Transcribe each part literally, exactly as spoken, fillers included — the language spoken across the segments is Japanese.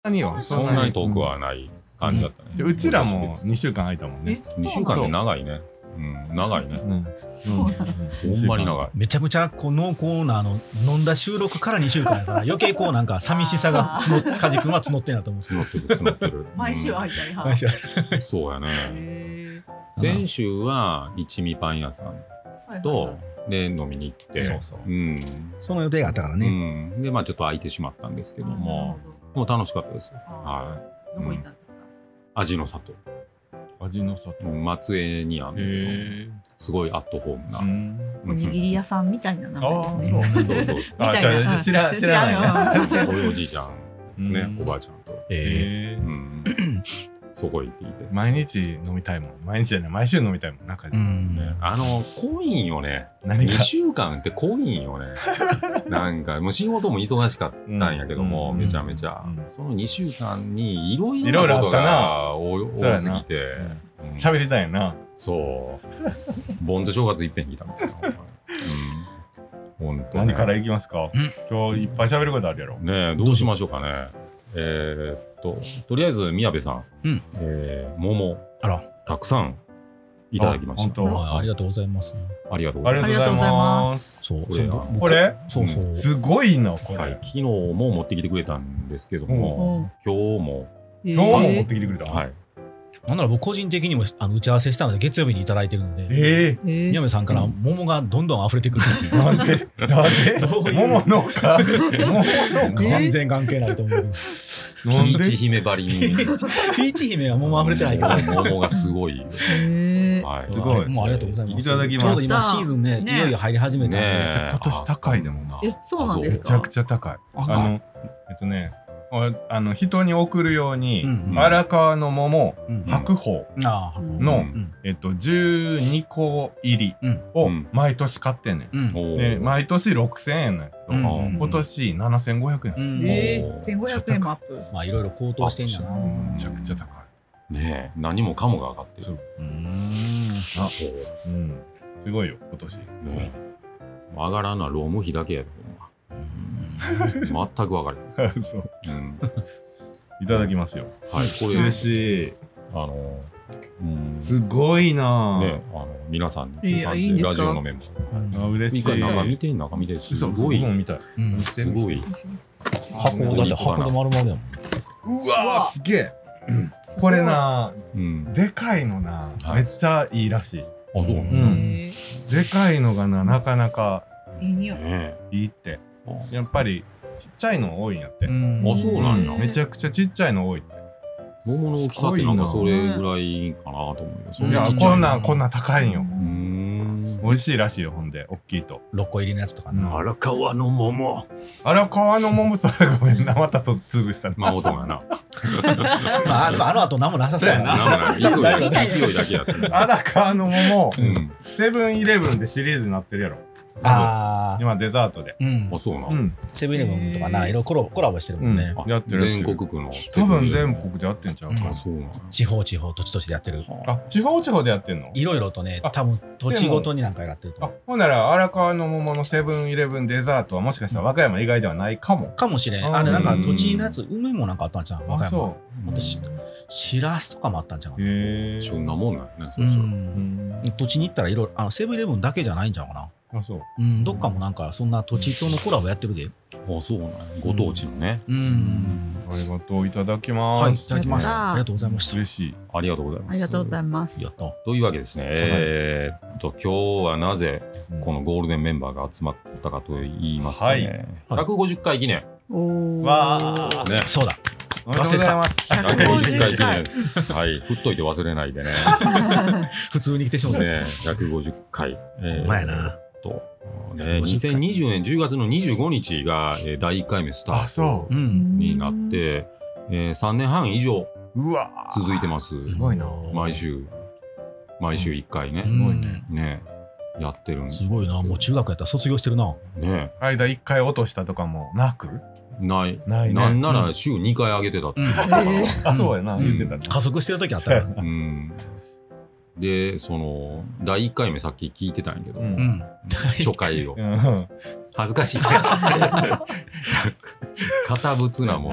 何よ、 そんなに遠くはない感じだったね。 うちらもにしゅうかん空いたもんね。 にしゅうかんって長いね。うん、長いね。 そうなの。 ほんまに長い。 めちゃくちゃこう濃厚なあの飲んだ収録からにしゅうかんやから余計こうなんか寂しさが募っカジ君は募ってんだと思うんですよ。 募ってる募ってる。 毎週空いたりは。 毎週そうやね。 へ先週は一味パン屋さんーとで飲みに行って、 そうそううん、 その予定があったからうね。 ん、でまあちょっと空いてしまったんですけども、もう楽しかったですよ。はどこ行ったんですか？ い。味の里、 味の里。 松江にあへるえ。 すごいアットホームな。 うんおにぎり屋さんみたいな名前ですね。 そうそうそう。 みあ、 たいじゃなあ知ら知らないね。 おおじいちゃんね、おばあちゃんと、 えへえ。 うん、そこ行っていて。 毎日飲みたいもん。毎日じゃない、毎週飲みたいもん。なんかーうんね。 あの濃いんよね。 何がにしゅうかんって濃いんよね。なんかもう仕事も忙しかったんやけども、 うんめちゃめちゃ、 うんそのにしゅうかんにいろいいろいろろなことあったなが多そうやな多すぎて、うん喋りたいよな。 そう盆と正月いっぺんにいたみたいな、うん、ほんとね何からいきますか。今日いっぱい喋ることあるやろ。 ねえどうしましょうかね。えー、っととりあえず宮部さん、 うんえー桃あら、 たくさんいただきました。 あ本当はいありがとうございます。 ありがとうございます。 ありがとうございます。 そう、 これそう僕これそうそう。 すごいのこはい、 れ。 昨日も持ってきてくれたんですけども、今日も、 今今日も持ってきてくれた。 はい、 なんなら僕個人的にもあの打ち合わせしたので月曜日にいただいてるので、 え宮部さんから桃がどんどん溢れてくるっていうえ。なんでなんでどういう桃農家桃農家全然関係ないと思う。 ピなんでーチ姫ばりにピーチ姫は桃溢れてないから。 桃がすごい、 へーはい、 すごいもうありがとうございます。 いただきますちょうど今シーズンね、 ねいよいよ入り始めたんで、 ねえ今年高いでもなえ、そうなんですか？ めちゃくちゃ高い。あのえっとねああの人に送るように、 うんうん荒川の桃うん白鳳ああ、 うんの、 うんえっと、じゅうにこ入りうんをうん毎年買ってんねん。 うんおでー毎年ろくせんえんなんやけど、 うん今年ななせんごひゃくえんする。 うんえおーー、せんごひゃくえんもアップ。 まあいろいろ高騰してんだな。 うんめちゃくちゃ高い。 ねえ何もかもが上がってる。 そううーん。 あそううん、すごいよ今年。 ねえ上がらんのは労務費だけやでほんま全く分かれそうへん、うん、 いただきますよ。 はいこれ嬉しい。 あのうんすごいなぁ。 ねあの皆さんにいやいいんですかラジオのメンバーあ嬉しい。 一回中見て中見てすそうごい僕も見たい。 うんすごい箱だって箱で丸々やもん。 うわーすげえ。これなうんでかいのな、 はいめっちゃいいらしい。 あそうねうんへでかいのがななかなかーいい匂い。 えいいって。 あやっぱりちっちゃいの多いんやって。 んあそうなんやめちゃくちゃちっちゃいの多いって。 桃の大きさってなんかそれぐらいかなと思うよ。そいやちっちゃこんなんこんなん高いんよ。 うーん。 美味しいらしいよほんで大きいと。 ろっこ入りのやつとかうんな。 荒川の桃。 荒川の桃それごめんなまたと潰したな。 まあ音がな。 まああのあの後何もなさそうやな。 なんか勢いだけ勢いだけやったね。 荒川の桃うん。 セブンイレブンでシリーズになってるやろ。 ああ。 今デザートで。 うんあ。そうなう。ん。 セブンイレブンとかな、いろいろコラボコラボしてるもんね。 あやってるやってる全国区の。 多分全国でやってんちゃうかあ、そうなの。 地方地方土地土地でやってる。 あ、地方地方でやってんの？ いろいろとねあ、 多分土地ごとになんかやってるとあ思う。、 ほんなら荒川の桃のセブンイレブンデザートはもしかしたら和歌山以外ではないかも。 かもしれん。 あーあれなんか土地のやつ、梅もなんかあったんちゃう和歌あ、 山。 そほんとししらすとかもあったんちゃうかう。 な。 へえ。 旬なもんなんやね。そううしたら。 ん。土地に行ったらいろいろ、あのセブンイレブンだけじゃないんちゃうかな。 あ、そう。 うん、どっかもなんかそんな土地とのコラボやってるで。 あ、そうなんや。ご当地のね。 うん。 ありがとういただきます。 はい、いただきます。 やったーありがとうございました。 嬉しい。 ありがとうございます。 ありがとうございます。 やった。 というわけですね。えーっと、今日はなぜこのゴールデンメンバーが集まったかと言いますとはいね、ひゃくごじゅっかい記念。 おー。 わーね。 そうだ。 おめでとうございます。 ひゃくごじゅっかい記念です。はい。振っといて忘れないでね。 普通に来てしまった。 ねひゃくごじゅっかい。えほんまやなと、ね、にせんにじゅうねんじゅうがつのにじゅうごにちがえーだいいっかいめスタあ、 ーそう。ん。 トになって、えーさんねんはん以上う。うわー続いてます。 すごいな。 毎週、毎週いっかいねう。ん。 ね、やってるんですごいな。もう中学やったら卒業してるな。 ね。 間一回落としたとかもなくない。 ないね。 なんなうんら週にかい上げてたって。 うん。 あ、そうやな。 うん言ってたな。 加速してる時あったら。 うん。で、その、だいいっかいめさっき聞いてたんやけど、 うんうん。 初回をう。ん。 恥ずかしい。堅物なもんに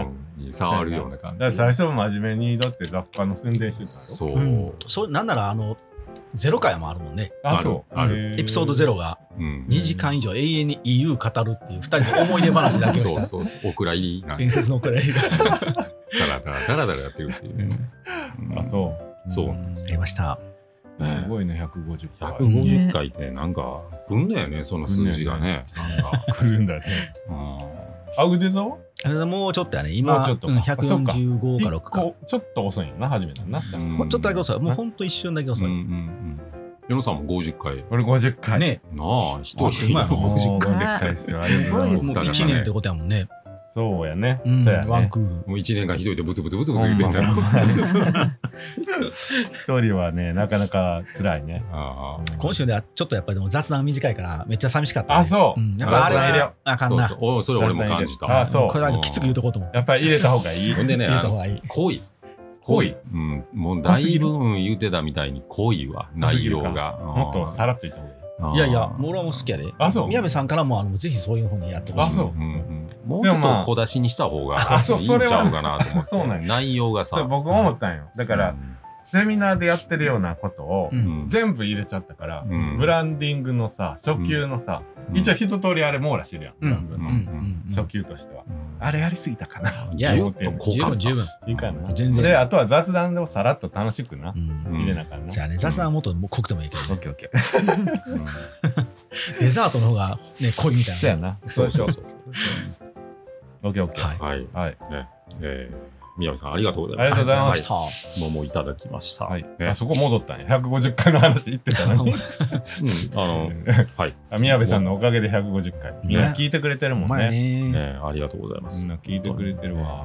に触るような感じ。 だから最初真面目にだって雑貨の宣伝してたそう、 うんそうなんならあのゼロ回もあるもんね。 あそうあるへーエピソードゼロがうんにじかん以上永遠に イーユー 語るっていうふたりの思い出話だけをしたそうそうそうお蔵入りなんで伝説のくらいがだらだらだらだらやってるっていう、うんあそうそう、 んありました。 ねすごいねひゃくごじゅっかいひゃくごじゅっかいってなんか来んだよねその数字がねなんか、 来るんだねうんアウデザはあれもうちょっとやね、 も今、 うちょっとかうんひゃくよんじゅうごかろくか。 こうちょっと遅いんやな初めてなったうんもうちょっとだけ遅い。もうほんと一瞬だけ遅い。 うんうんうん矢野さんもごじゅっかい俺ごじゅっかいね、 なあ一あ人うまいなもうごじゅっかいごじゅっかいですよありがとうございますもういちねんってことやもんね。 そうやねうん、 そうやねワンクール。 もういちねんかん一人でブツブツブツブツほん言ってんだよまほんま一人はねなかなか辛いねああ今週ではちょっとやっぱりでも雑談短いからめっちゃ寂しかった、ね。 あそううん、やっぱあれ雑談入れよはあかんそうな。 そうおそれ俺も感じたあそうこれだけきつく言うとこうと思う。 やっぱり入れた方がいいほんでねあの入れた方がいい。 恋恋うんもうだいぶ言うてたみたいに濃いわ内容がもっとさらっと言った方がいいあーいやいや、もう俺はもう好きやで。 あそう宮部さんからもあのぜひそういうふうにやってほしい。 あそううんうんもうちょっでもまあと小出しにした方があそういいんちゃうかなと思ってそれはそうなんや内容がさそれ僕思ったんよだからセミナーでやってるようなことをうんうん全部入れちゃったからうんブランディングのさ初級のさうん一応一通りあれ網羅してるやんうんブランドのうんうんうん初級としてはうんあれやりすぎたかないやちょっと濃十かった分十分。 いいかな全然であとは雑談でもさらっと楽しくなうん。 うん入れなあかんなじゃあね、雑談はもっと濃くてもいいけどね。 オッケーオッケーうんデザートの方がね、濃いみたいな。 そうやなそうしようオッケーオッケーはいはいはいねえー宮部さんありがとうございますありがとうございました。 はい桃いただきましたはいねあそこ戻ったんやひゃくごじゅっかいの話言ってたのにうんあのはいあ宮部さんのおかげでひゃくごじゅっかいみんな聞いてくれてるもんお前ねね。 ねありがとうございますみんな聞いてくれてるわ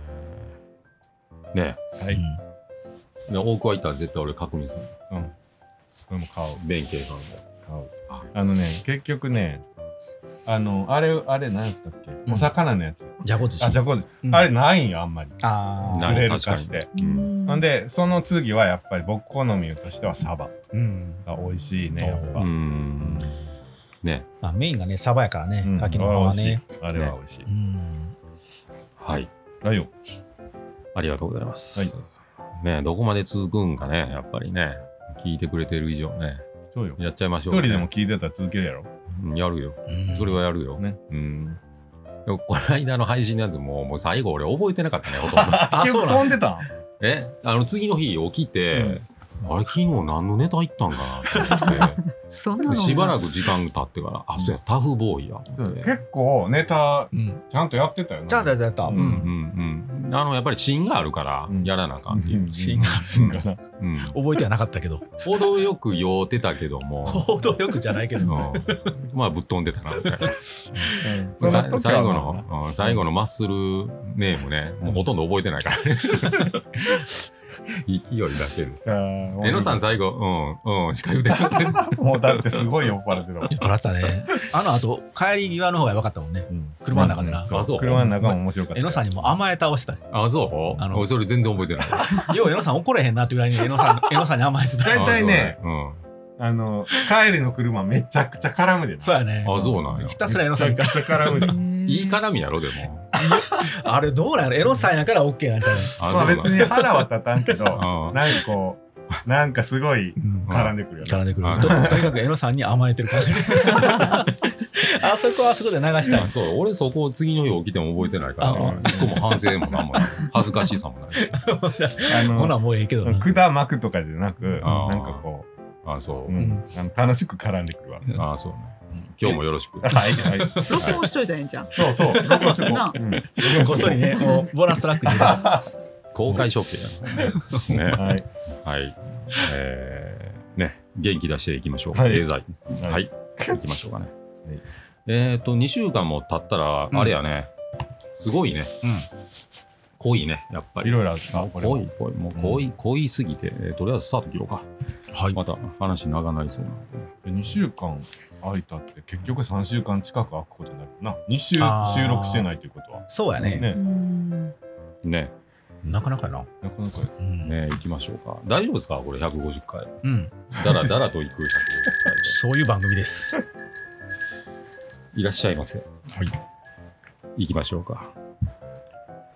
ねはいで大桑行ったら絶対俺確認するうんこれも買う弁慶さん買うあのね結局ねあのあれあれ何やったっけうんお魚のやつじゃこ寿司。 あじゃあこずうんあれないんよあんまりあーな売れる確かにかしてうんほんでその次はやっぱり僕好みとしてはサバうん。 が美味しいねやっぱうんねまあメインがね、サバやからねう、ん牡蠣の方はあれ美味ね。 しいあれは美味しいうん。 はいはいよありがとうございますはいねどこまで続くんかねやっぱりね聞いてくれてる以上ねそうよやっちゃいましょうかね一人でも聞いてたら続けるやろうんやるようんそれはやるよねうんでもこの間の配信のやつももう最後俺覚えてなかったねほとんどあ、そう結構なん飛んでたんえあの次の日起きて、あれ昨日何のネタ行ったんかなと思ってそんなのでしばらく時間経ってからあそうやタフボーイやと思って結構ネタうん。 ちゃんとやってたよなじゃあ、だやった。 ううんんうんうんあのやっぱり芯があるからうんやらなあかんっていう、 芯が芯がなうん覚えてはなかったけど。 程よく酔ってたけども、 程よくじゃないけど。 うんまあぶっ飛んでたなみたいなそさの時は最後まあの、うん最後のマッスルネームねもうほとんど覚えてないからね勢いだけでささあえのさん最後うんうんしか言うてなかったもうだってすごい酔っ払ってたもん酔っ払ってたね。あの後、帰り際の方がやばかったもんね。車の中でなそうあそう車の中も面白かったえのさんにも甘え倒してた。 あそうあの俺それ全然覚えてないようえのさん怒れへんなってぐらいにえのさん、えのさんに甘えてた。 大体ねあそうあの帰りの車めちゃくちゃ絡むでなそうやね。 うんあそうなんやひたすらえのさんにめちゃくちゃ絡むでいい絡みやろでもあれどうなんやろエロさんやから OK なんちゃうあまあ別そうなんに腹は立たんけどうんなんかこうなんかすごいうん絡んでくるよね絡んでくるあととにかくエロさんに甘えてる感じあそこはあそこで流したいあそう俺そこを次の日起きても覚えてないからあ一個も反省もなんもない恥ずかしさもないあほなのもうええけどな管巻くとかじゃなくあーなんかこあそうう、うんあの楽しく絡んでくるわあそうね今日もよろしくはいはい録音しといたらいいんじゃん。 そうそう録音してこなううんこっそりねもうボーナストラックに入れた公開処刑やねねはいはいえーね元気出していきましょうはい経済はい行きましょうかねえっとにしゅうかんも経ったらあれやねすごいね濃いねやっぱりいろいろあるかこれ濃い濃いもう濃い濃いすぎてえーとりあえずスタート切ろうかはいまた話長なりそうなんでにしゅうかん空いたって結局さんしゅうかん近く空くことになるなに週収あー録してないということはそうやねねうんねなかなかやななかなかうんね行きましょうか大丈夫ですかこれひゃくごじゅっかいうんだらだらと行くひゃくごじゅっかいそういう番組ですでいらっしゃいませはい行きましょうか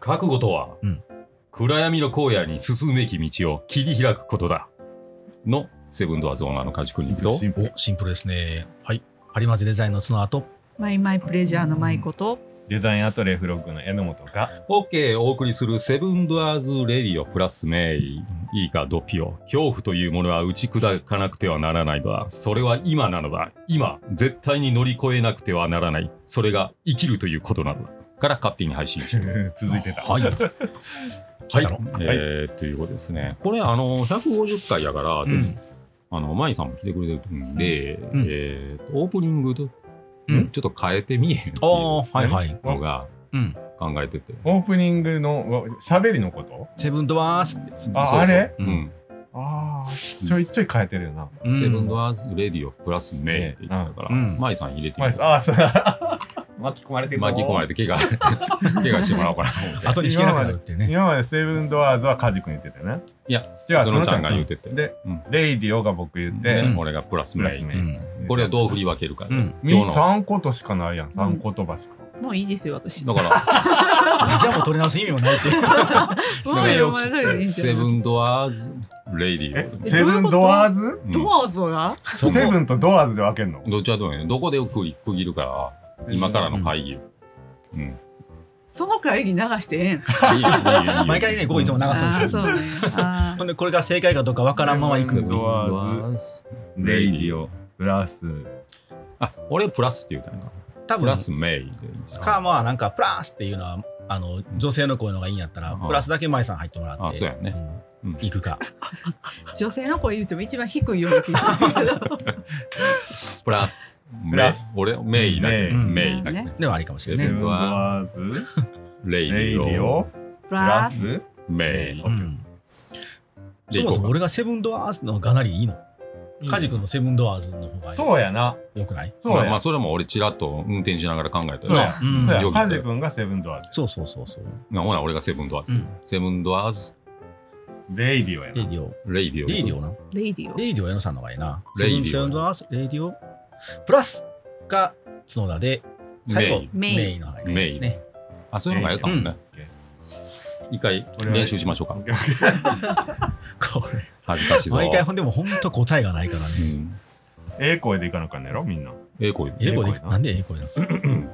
覚悟とは、 うん、 暗闇の荒野に進むべき道を切り開くことだのセブンドアーズオーナーの梶君にとシンプルおシンプルですね。はい。ハリマゼデザインの角後。 マイマイプレジャーのマイコと、 デザインアトレフロッグの榎本が OK お送りするセブンドアーズレディオプラスメイいいかドピオ恐怖というものは打ち砕かなくてはならないのだ。それは今なのだ。今絶対に乗り越えなくてはならない。それが生きるということなのだから勝手に配信中続いてた。 はい。 はい、 来たのえー、ということですね。これあのひゃくごじゅっかいやから、 うんあのマイさんも来てくれてるんで、 うんえーとオープニングと、 うんちょっと変えてみえへんってあいうあ、はいはい。 のがうん。 考えてて。 オープニングの喋りのことセブンドアーズってやつ。 あそうそうあれうん。 ああちょいちょい変えてるよな。 うんセブンドアーズレディオプラスメイって言ってたから、 うんマイさん入れてみるまああそうだ巻き込まれてる巻き込まれて怪我怪我してもらおうかなと思って。 後に引けなくなるっていうね。 今までセブンドアーズはカジ君言ってたよね。 いやじゃあそのちゃんが言ってて。 で、 うんレイディオが僕言って、 で、 うん俺がプラスメイ。 プラスメイうんこれはどう振り分けるか、ねうんみ今日の。 さんことしかないやん。さん言葉しか。 もういいですよ、私。 だから、 じゃあもう取り直す意味もないっていう。 もういいよ、お前それでいいんじゃん。 セブンドアーズレディえオ。 セブンドアーズうんドアーズがそセブンとドアーズで分けんのどっちはどうやねんどこで区切区切るか、今からの会議。うん。 その会議流してええん。 いいよいいよいいよ毎回ね、ここいつも流すんああ、 ですよ。 そうね。あほんで、これが正解かどうかわからんままいくセブン。ドアーズレイディオプラスあ、俺プラスって言うたんやんか。 多分プラスメイで。 か、まあなんか、プラスっていうのは、あの、女性の声の方がいいんやったら、 うんプラスだけ舞さん入ってもらって。 あそうやねうん。 うん行くか。 ー女性の声言うても一番低いような気がするけど。 プラス。 プラスメイ俺、メイだけ。 メイメイだけね。 ではありかもしれないね。 セブンドアーズレイデレイディオ。 ィオププラス。 ラスメイ。 うん。 でそもそも行こ俺がセブンドアーズのがなりいいの。カジ君のセブンドアーズの方がそうやな。 よくない？ うまあ、 そうや。 まあ、それも俺、ちらっと運転しながら考えたそうや。 うんそうや。 よくカジ君がセブンドアーズ。 そうそうそうそう。 なほな、俺がセブンドアーズ。 うんセブンドアーズ、 レイディオやな。 レイディオ。 レイディオ。 レイディオな。 レイディオ。 レイディオ矢野さんの方がいいな。 レイディオセブンドアーズ、レイディオ。プラスが角田で、最後メイ、 メイメイの方がいいかもしれないですね。 あ、そういうのがいいかもね。一回練習しましょうか。 これ。 恥ずかしいぞ。 毎回ほんでも本当答えがないからね。 うん。 ええ声でいかなあかんねやろみんな。 ええ声。 ええ声でええ声ななんでええ声なの？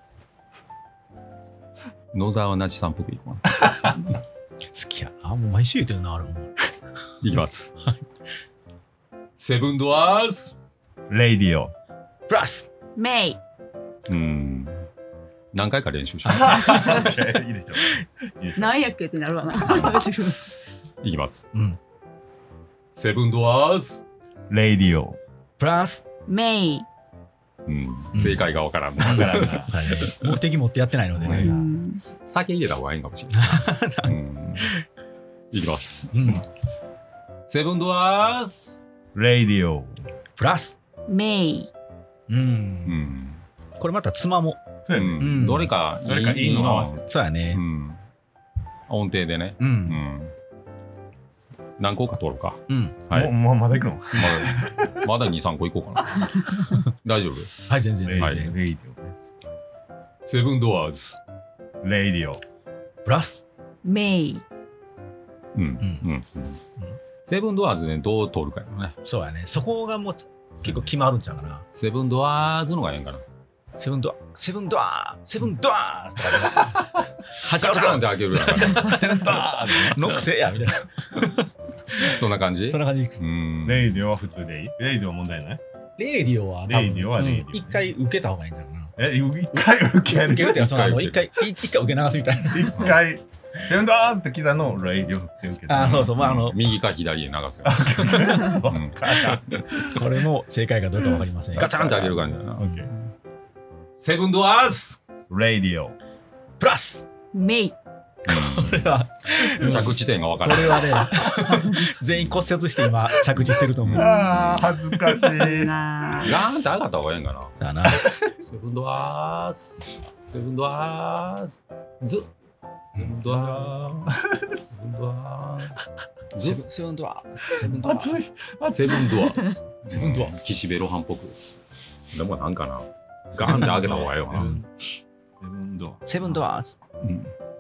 野沢なちさんっぽくいこうかな。 好きやな。もう毎週言ってるな、あれも。 いきます。セブンドアーズ。 レイディオ。 プラスメイ。 うん。何回か練習しよいいでしょ。いいでしょ。 なんやっけってなるわな。自分。 う。いきます。 うん。 セブンドアーズ。 レイディオ。 プラスメイ。 うん。正解がわからん。 だからなはいね目的持ってやってないのでうね。 うん酒入れた方がいいんかもしれない。うん。いきます。 うん。 セブンドアーズ。 レイディオ。 プラスメイ。 う。 うんん。 これまた妻も。 うそうやね。 ん。どれかどれかいいの合わせそうやねう。ん。音程でね。 う。 うんん。何個か取ろうか。 うん。 はい。 もうもうまだ行くのまだまだに、さんこいこうかな。大丈夫はい、全然レイデ全然。 ィオ。レイディセブンドアーズ。 オ。レイディオ。 プラスメイ。 うん。 ううんん。セブンドアーズね、どう取るかよね。 そうやね。そこがもう結構決まるんちゃうかな。 セブンドアーズのがええんかな。 セブンドア、セブンドア、セブンドアーとかで。はガチャンって開けるやんか。 ノックせえや、みたいな。 そんな感じそんな感じです。 うん。 レイディオは普通でいいレイディオは問題ないレイディオは多分、 レイディオはレイディオうん一回受けた方がいいんだろうな。 え、一回受ける受けるっていうか、その、あの、一一回回、一回受け流すみたいな。 一回、セブンドアーズって来たのをレイディオって言うけど。 あ、そうそう、まあ、あの、 右か左へ流すよ。うんこれも正解かどうかわかりません。 ガチャンって開ける感じだな。 オッケー。 セブンドアーズ。 レイディオ。 プラスメイ。 これは、 着地点がわからない。 これはね、全員骨折して今、着地してると思う。 ああ、恥ずかしい。 なガーンって上がった方がええんかな。 だな。 セブンドアーズ。セブンドアーズ。ズ。セブンドアーズ。セブンドアーズ。ズ。 セブンドア、セブンドア、 熱い。 セブンドアーズ。 セブンドアーズ岸辺露伴っぽく。でもなんかな。ガーンって上げた方がええわな。 うんセブンドア。 セブンドアーズ。 うん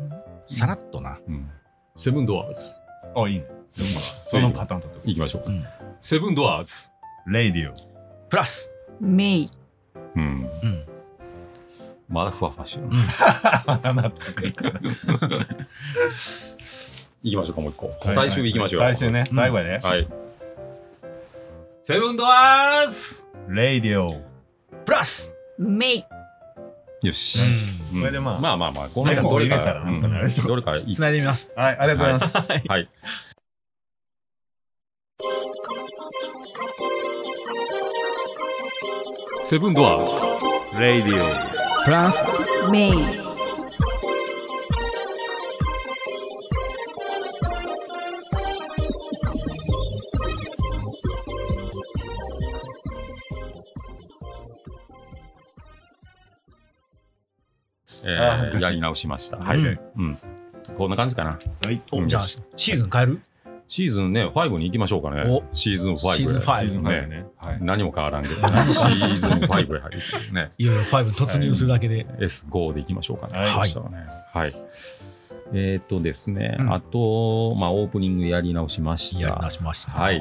さらっとな。 うん、セブンドアーズ。 あ、いいね。そのパターンといきましょうか。 うんセブンドアーズ。 レイディオ。 プラス。 メイ。 うん。 うん。 まだふわふわしてる。 うん。 いきましょうか、もう一個。 はい最終いきましょう。 最終ね。 うん最後やね。 はい。セブンドアーズ。 レイディオ。 プラス。 メイ。 よし。 これでまあまあまあまあ、このメモをどれか入れたらなんかなるでしょうんどれかいいつないでみます。 はい、ありがとうございます。 はい。セブンドアーズ。 レイディプラス。 メイ。 えー、 あー恥ずかしいやり直しました。はい。 うんうん。こんな感じかな。 オ。はい。 お、じゃあ、シーズン変える？ シーズンね、ファイブに行きましょうかねお。 シーズンファイブ。 シーズンファイブシーズンファイブね。はい。 何も変わらんけど、シ何も変わらんーズンファイブへ入るね。 いよいよファイブ突入するだけで。 エスファイブ でいきましょうかね。 はいそしたらね。はい。えーっとですね、 うんあと、まあ、オープニングやり直しました。 やり直しました。 はい。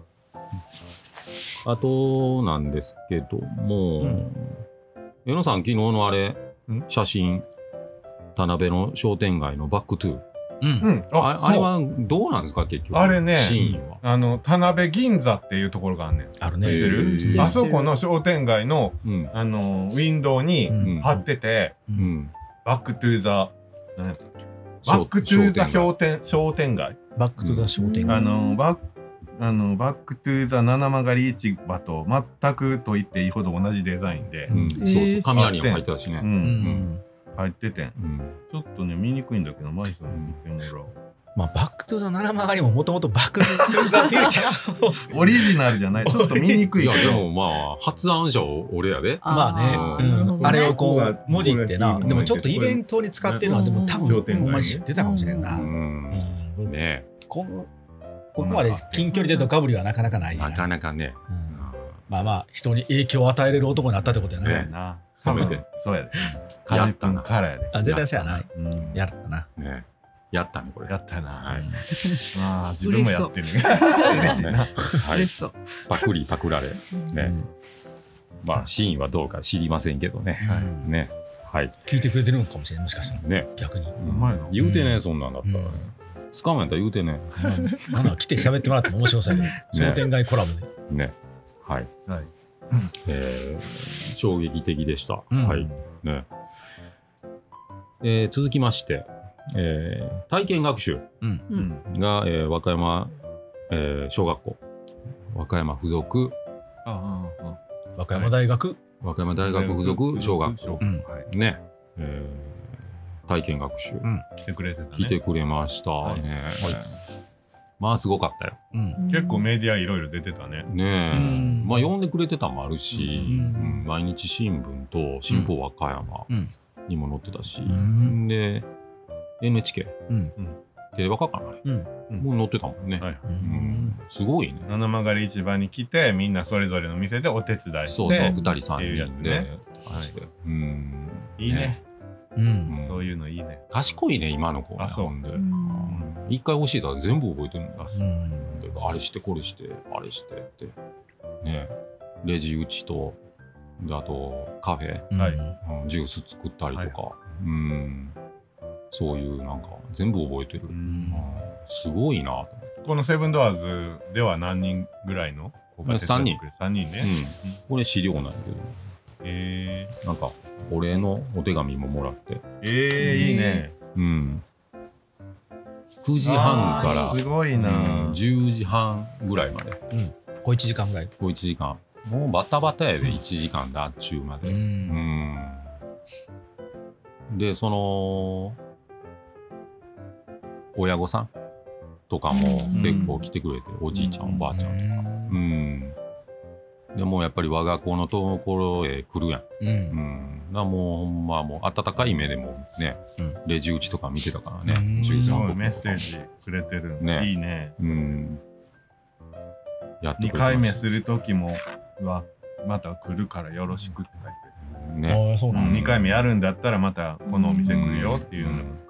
あと、なんですけども、 うん江野さん、昨日のあれん、 写真、田辺の商店街のバックトゥー。 うん。 うん。 ああれそうはどうなんですか、結局。 あれねシーンは。 あの、田辺銀座っていうところがあんねん。 あるね。 知ってる知ってるあそこの商店街の、 うん。 あの、ウィンドウにうん貼ってて、 う。 うんん。 バックトゥーザ、何やったっけバックトゥーザ商店、商店街。 バックトゥザ商店うん街。 あの、バッあの、バックトゥーザ七曲り市場と全くと言っていいほど同じデザインでう、ん、 えそうそう。 ー雷にも入ってたしう、 ね。 うんん。 入っててん。 うん。 ちょっとね、見にくいんだけど、マイさん見てもらおう。 まあ、バックトゥザ七曲りももともとバックトゥザフューチャーを。 オリジナルじゃない、ちょっと見にくいいや、でけど。 もまあ、発案者俺やで。 まあねーうんなるほどねあれをこここがう、文字ってな、 これでもちょっとイベントに使ってるのは、でも多商店街ね分、ほんまに知ってたかもしれんうな。 ん。 うんねこここまで近距離でドカぶりはなかなかないやなかなかね。 うんまあまあ、人に影響を与えれる男になったってことやな。 そうやな。 褒めてそうやで。 やったなカラやで。 あ、絶対そうやな。 うんやったな。 ねやったね、これ。 やったな。 はい。 ああ、自分もやってる。嬉しいな。 はい嬉しそう。 パクリパクられ。ね。まあ、シーンはどうか知りませんけどね。 はいね。はい。 聞いてくれてるのかもしれない、もしかしたら。 ね。 逆に。 うまいな言うてね、 うんそんなんだったらねうん。 スカムやったら言うてね。 なんか来て喋ってもらっても面白そうやけど、商店街コラボで。 ね。はい。 はい。 えー衝撃的でした。 うんはい。ね。えー続きまして、えー体験学習うん。 うん。 が、えー和歌山、えー小学校、和歌山附属、 ああ、あ和歌山大学。 和歌山大学附属小学校、 うんはい。 ね、えー体験学習、 ん来てくれてたね。 来てくれましたはいね。まあ、すごかったよ。 うん。 結構メディアいろいろ出てたね。 ねえ、 うんまあ、呼んでくれてたのもあるし、 うんうん毎日新聞と新報和歌山うん。 にも載ってたし、 んで、エヌエイチケー、 うん。 テレバカかな、あれうん。 もう載ってたもんね。 はい。 ううんん。 すごいね。 七曲り市場に来て、みんなそれぞれの店でお手伝いして。 そうそう、ふたりさんっていうやつにんで、 ねあしてうん。 いいね。 う。 うんんそういうのいいね。 賢いね、今の子ね。 あそうほんでうん一回教えたら全部覚えてるんだ。 あそううん。 であれして、これして、あれしてって。ねレジ打ちと、であとカフェ、 はいうんジュース作ったりとか、 はうん。そういうなんか全部覚えてる。 ううんんすごいなと思って。 このセブンドアーズでは何人ぐらいの子が手伝ってくれる？さんにんね。 うん。これ資料なんやけど、 えなんか、お礼のお手紙ももらって。 ー、えー、いいね。 うん。くじはんからあーすごいな。 うんじゅうじはんぐらいまで。 こういちじかんぐらい。 こういちじかん。もうバタバタやで、いちじかんだっちゅうまで。 う。 うんん。で、その、親御さんとかも結構来てくれて、おじいちゃん、おばあちゃん。うん。でもうやっぱり我が子のところへ来るやん。 う。 うんん。だからもうほんまもう温かい目でもね、 うんレジ打ちとか見てたからうね。 んすじゅうさんこごいメッセージくれてる。 ねいいね。 うん。やってにくれてまかいめするときも、うわ、また来るからよろしくって書いてね。 ああ、そうる。 なんだ。 にかいめやるんだったらまたこのお店来るよっていうのを書いてくれて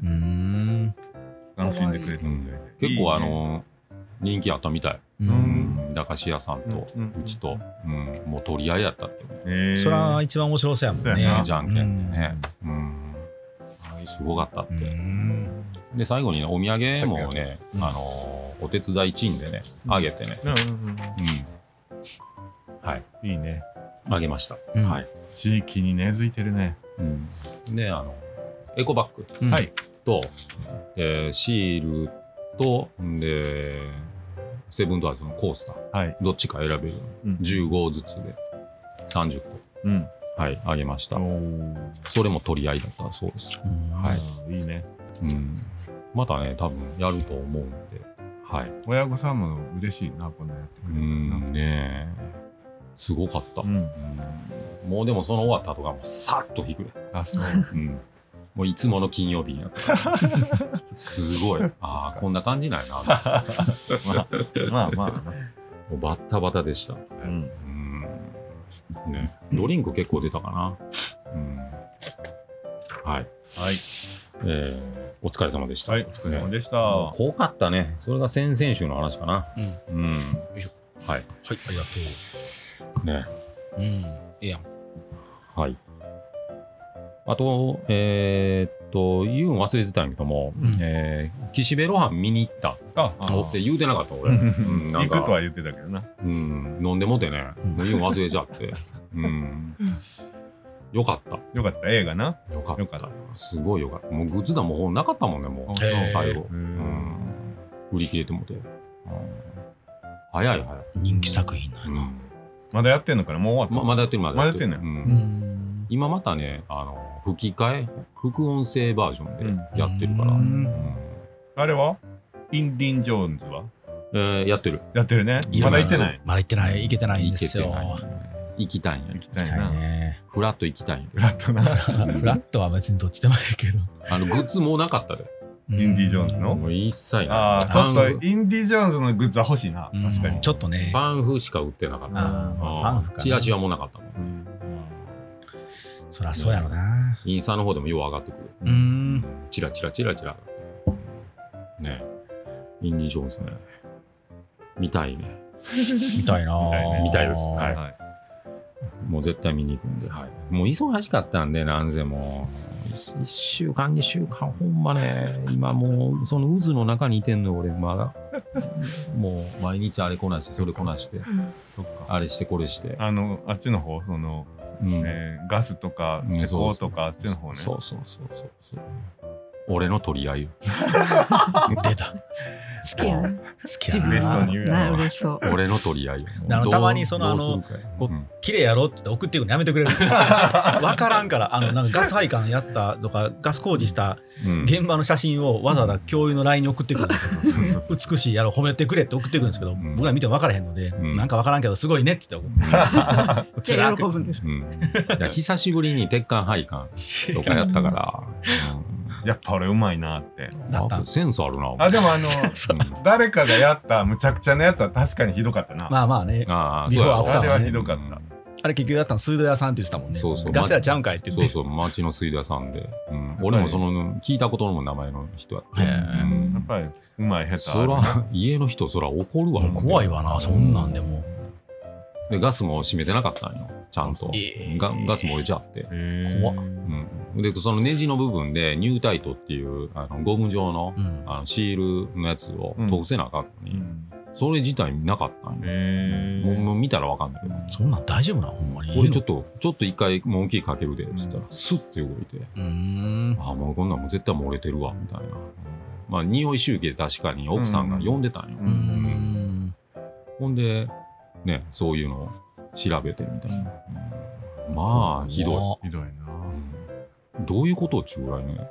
うーん。 楽しんでくれたみたいで、 結構あの人気あったみたい。 う。 うんん、駄菓子屋さんとうんうちと、うん、もう取り合いやったって。 へーそれは一番面白そうやもんねそうやな。 じゃんけんでね。うん。すごかったっうん。うて。 ん。 で、最後にね、お土産もね、 うんあのー、お手伝いチンでね、あげてね。 うんうんうん。はい。 うんいいね。 あげました。 うんはい。 地域に根付いてるね。 うん。で、あの、エコバッグうんはい。 と、えーシールと、んで、セブンドアーズのコースター、 はい。 どっちか選べる。 うんじゅうごずつでさんじゅっこ、 うん。 はい、あげましたお。ーそれも取り合いだったそうです。 うんはいあーいいね。 うん。またね、多分やると思うんで、はい。 親御さんも嬉しいな、こんなんやってくうれるのん、ねえ。すごかった。 うん。 うんもうでもその終わった後がもうさっと引くね。 あ、そう。 うん。もういつもの金曜日になった。すごい。ああ、こんな感じなんやな。 まあまあまもうバッタバタでした。 あ。うん。 うん。ね。ドリンク結構出たかな。うん。はい。 はい。 えー、お疲れ様でした。 はい、お疲れ様でした。 もう濃かったね。それが先々週の話かな。 うん。 うん。 よいしょ。 はい。 はい、ありがとね。 う。うん。ええやん。 はい。あと、えーっと、言うん忘れてたんやけども、 うんえー、岸辺露伴見に行ったあ、あって言うてなかった俺。 ううん、なんか行くとは言ってたけどな。 うん、飲んでもてね、 うんもう言うん忘れちゃって。うん。よかった。 よかった、映画な。 よかった。 よかったすごいよかった。もうグッズだもんなかったもんね、もう。 あそう最後。 ううんん。売り切れてもて。うん早い早い。 人気作品なんやな。 うん。 まだやってんのかな、もう終わまった。 まだやってるまだまだやってんのよう。 うんん。 今またね、あの、吹き替え、副音声バージョンでやってるから。 ううんんあれはインディン・ジョーンズはえーやってる。 やってるね。 いやまだ行ってない。 まだ行ってない。行けてないん行けですよ。 てない。行きたいんや行。き行きたいたいな。 ね。 フラッと行きたいんや。 フラットな。 フラットは別にどっちでもいいけど。 あの、グッズもうなかったで。 インディ・ジョーンズのもう一切ああ、 ない。 ちょっとパンフインディ・ジョーンズのグッズは欲しいな。 うん確かに。 ちょっとね。 パンフしか売ってなかった。 あーうんパンフかなチラシはもうなかったもん。 うんそりゃそうやろな。 インスタの方でもよう上がってくる。 うーん。 チラチラチラチラ。ねインディ・ジョーンズね。見たいね。 みたいな。 見たいですはいはい。 もう絶対見に行くんで。はい、もう忙しかったんで、なんぜもう。いっしゅうかん、にしゅうかん、ほんまね、今もう、その渦の中にいてんの、俺、まだ。もう、毎日あれこなして、それこなして、 そっか。 あれして、これして。 あの、あっちの方、その、 うんえーガスとかうん施工とかあっちの方ね。 そうそうそうそうそう。俺の取り合いよ。 出た。 好きやん。 好きや嬉しそうな。 に言うやなろ。 俺嬉しそう。 俺の取り合いよ。どうあのたまにそのあのどうするかよこうん綺麗やろって言って送ってくるのやめてくれる。わからんから、あの、なんかガス配管やったとか、ガス工事したうん現場の写真をわざわざ共有の ライン に送ってくるんですよ。 そうそうそう美しいやろ、褒めてくれって送ってくるんですけど、 ん僕ら見ても分からへんので、 うんなんか分からんけど、すごいねって言って送ってじゃあ喜ぶんです。 うんいや久しぶりに鉄管配管とかやったから。 やっぱ俺うまいなって。 うんだったあセンスあるな。 あ、でもあの、 うん誰かがやったむちゃくちゃなやつは確かにひどかったな。 まあまあね、 ああ、 ビフォーアフターあれははねひどかった。 あれ結局やったの水道屋さんって言ってたもんね。 そうそうガス屋ちゃうんかいって言って。 そうそう、町の水道屋さんで。うん俺もその、聞いたことの名前の人やって。 へえうんやっぱりうまい下手あそるな。 ら、家の人、そら怒るわ。 怖いわな、そんなんでも。 で、ガスも閉めてなかったんよ、ちゃんと。 ええガガスも折れちゃって。 へー怖っうん、で、そのネジの部分で、ニュータイトっていうあのゴム状の,、 うん。 あのシールのやつをうん通せなあかんのに、 うんそれ自体なかったんよ。 へもうもうー見たらわかんないけど。 そんなん大丈夫なほんまに。 これちょっと、ちょっと一回、もう大きいかけるで、つったらうん、 スッて動いて、 うーん。 ああ、もうこんなんもう絶対漏れてるわ、みたいな。まあ、匂い集計で確かに奥さんが呼んでたんよ。 ううーん。 ほんで、ね、そういうのを調べてみたいな。うんまあ、ひどひどいな。 い。うんどういうことっちゅうぐらいね。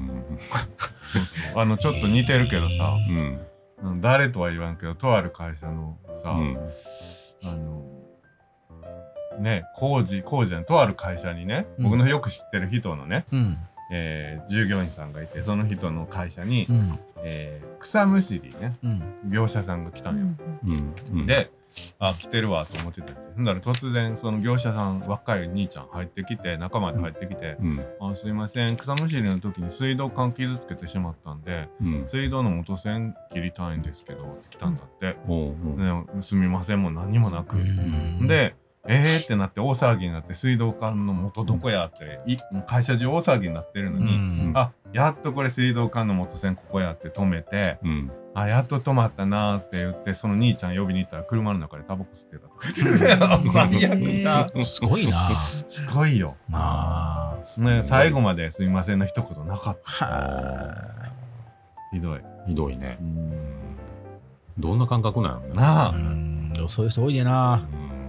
あの、ちょっと似てるけどさ、 うん。うん。 うん誰とは言わんけど、とある会社のさ、 うん。 あの、ね、工事、工事じゃん、とある会社にね、 うん僕のよく知ってる人のね、 うん。 えー従業員さんがいて、その人の会社に、 うん。 えー草むしりね、 うん。 業者さんが来たんよ。 うん。うん。 で、 あ来てるわと思ってたんで、ほんだら突然その業者さん若い兄ちゃん入ってきて仲間で入ってきて、 うんあすいません草むしりの時に水道管傷つけてしまったんでうん水道の元栓切りたいんですけどって来たんだって、 おうおうね、すみませんもう何もなく、 うんでえーってなって大騒ぎになって水道管の元どこやってい会社中大騒ぎになってるのうに、 んあやっとこれ水道管の元栓ここやって止めて、 うんあやっと止まったなーって言ってその兄ちゃん呼びに行ったら車の中でタバコ吸ってたとか言って最悪じゃんすごいな。 すごいよ、 ああ。 ね、最後まですいませんの一言なかったはひどい、 ひどいねう。んどんな感覚なのね。 なあ、 い。うんでもそういう人多いでな。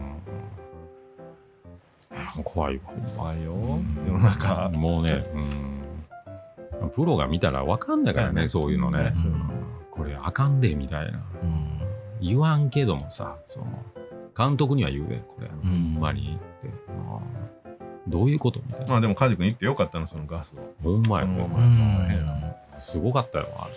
うん怖いわ。 怖いよ世の中もうね、うん、プロが見たらわかんないからね、そういうのね。 そううんこれあかんでみたいな。 うん言わんけどもさ、その監督には言うで、これ、ほんまにって。あーどういうことみたいな。 まあでもカジ君行ってよかったのそのガスをほんまやねその。 うまんすごかったよ、あれ。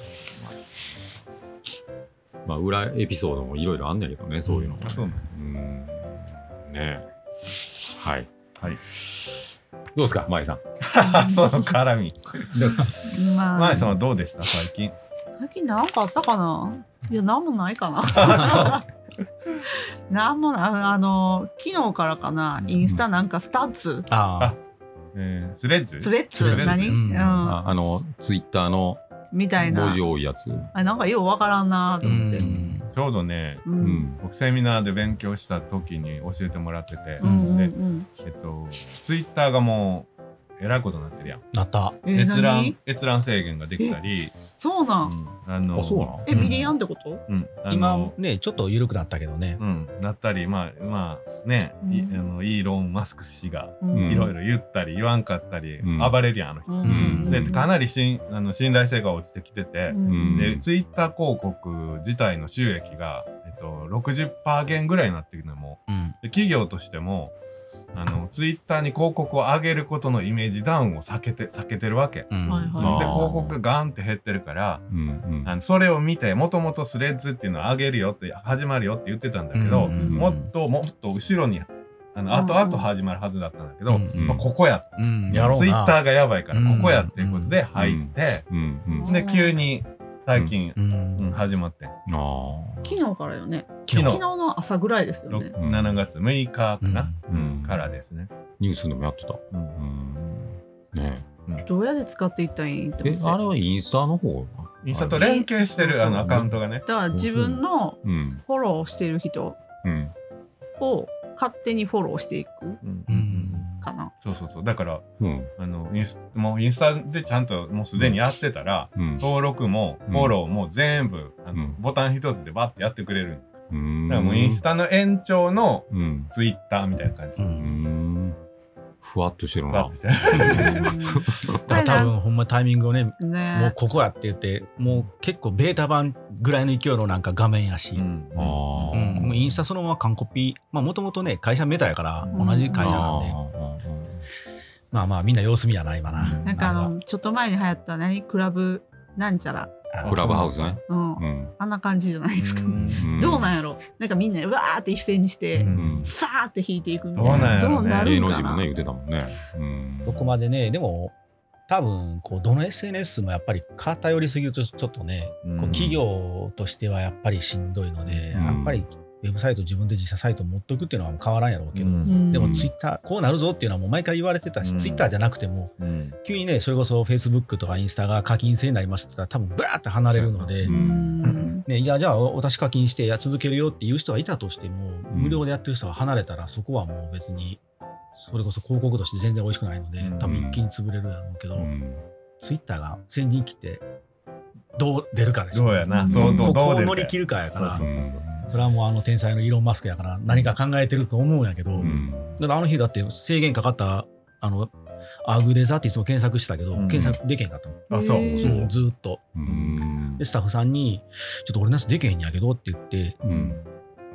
まあ、裏エピソードもいろいろあんねんけどね、そういうのも、ね。 あそうなのうん。ねえ。はい。 はいどうですか、マイさん。 その絡みどうですかまあ前さんはどうでした最近最近なんかあったかないやなんもないかななんもないああの昨日からかなインスタなんかスタッツあえースレッズスレッスレッズズ何、 ううんんああの、ツイッターのみたいな文字多いやつ。 あなんかようわからんなあ。 と思って、 うんちょうどねううんん。 僕セミナーで勉強した時に教えてもらってて、 うんうんでうんえっとツイッターがもうえらいことになってるやん、 なった。 えー閲覧何閲覧制限ができたり、 そうなん、 うんあのあ、そうなのえビリヤンってこと、 うんあの今ね、ちょっと緩くなったけどねう。んなったりまあまあね、いうんあのイーロン・マスク氏がうんうんいろいろ言ったり言わんかったり、 うん暴れるやんあの人、 うんうんでかなりしんあの信頼性が落ちてきてて、 うんでツイッター広告自体の収益が、えっと、ろくじゅっパーセント減ぐらいになってるのもうん。 で企業としてもあのツイッターに広告を上げることのイメージダウンを避けて避けてるわけ、 うんはいはいであー広告がガーンって減ってるからうんうんあのそれを見てもともとスレッズっていうのを上げるよって始まるよって言ってたんだけど、 うんもっともっと後ろにあの後々始まるはずだったんだけど、 うんまあ、ここやうん。やろうな。 ツイッターがやばいからうんここやっていうことで入って、 うんうん。 で急に最近、 ううんん。 始まってああ。 昨日からよね昨日昨日の朝ぐらいですよねろくしちがつむいかかな、 うんうんからですね、 ニュースでもやってた。 うんうん。ねどうやって使っていったらいいんってえ。え、 思ってあれはインスタの方インスタと連携してるあのアカウントがね、 だから自分のうん。 フォローしてる人うん。 を勝手にフォローしていくうんうん。 かな。 そうそうそうだからうん。 あのインスもうインスタでちゃんともうすでにやってたら、 うん。 登録もうんフォローも全部、あのうんボタン一つでバッてやってくれる、 うん。 だからもうインスタの延長のうん。 ツイッターみたいな感じ、 う。 うんん。ふわっとしてるなバッて。してだから多分ほんまタイミングをね、もうねここやって言って、もう結構ベータ版ぐらいの勢いのなんか画面やし、 ううんんああ。 もうインスタそのまま完コピー、まあもともとね、会社メタやからうん同じ会社なんで、まあまあみんな様子見やな、今な。 なんかあのちょっと前に流行った何クラブなんちゃら、 クラブハウスね。 うんうん。 あんな感じじゃないですか、 うんどうなんやろなんかみんなうわーって一斉にして、 うんさーって引いていくみたいなどうなんやろねどうな芸るんかな、 能人もね、言ってたもんね。うん。 どこまでね、でも多分こうどの エスエヌエス もやっぱり偏りすぎるとちょっとね、 うんこう企業としてはやっぱりしんどいので、 うんやっぱりウェブサイト自分で自社サイト持っとくっていうのは変わらんやろうけど、 うんうんでもツイッターこうなるぞっていうのはもう毎回言われてたし、 うんツイッターじゃなくてもうん急にねそれこそフェイスブックとかインスタが課金制になりましたって言ったら多分ブワーって離れるので、 ううんね、いやじゃあ私課金してや続けるよっていう人がいたとしても、 うん無料でやってる人が離れたらそこはもう別にそれこそ広告として全然美味しくないので、 うん多分一気に潰れるやろうけど、 うん。 ツイッターが先陣切ってどう出るかでしょ。 どうやな、 うんそうどうここをどう出るか乗り切るかやから、 そうそうそうそれはもうあの天才のイーロン・マスクやから何か考えてると思うんやけど、 うん。 だってあの日だって制限かかったあのアグデザっていつも検索してたけど、 うん検索できへんかったもん、 あそうへーそうずーっとうん。 でスタッフさんにちょっと俺のやつできへんやけどって言ってうん。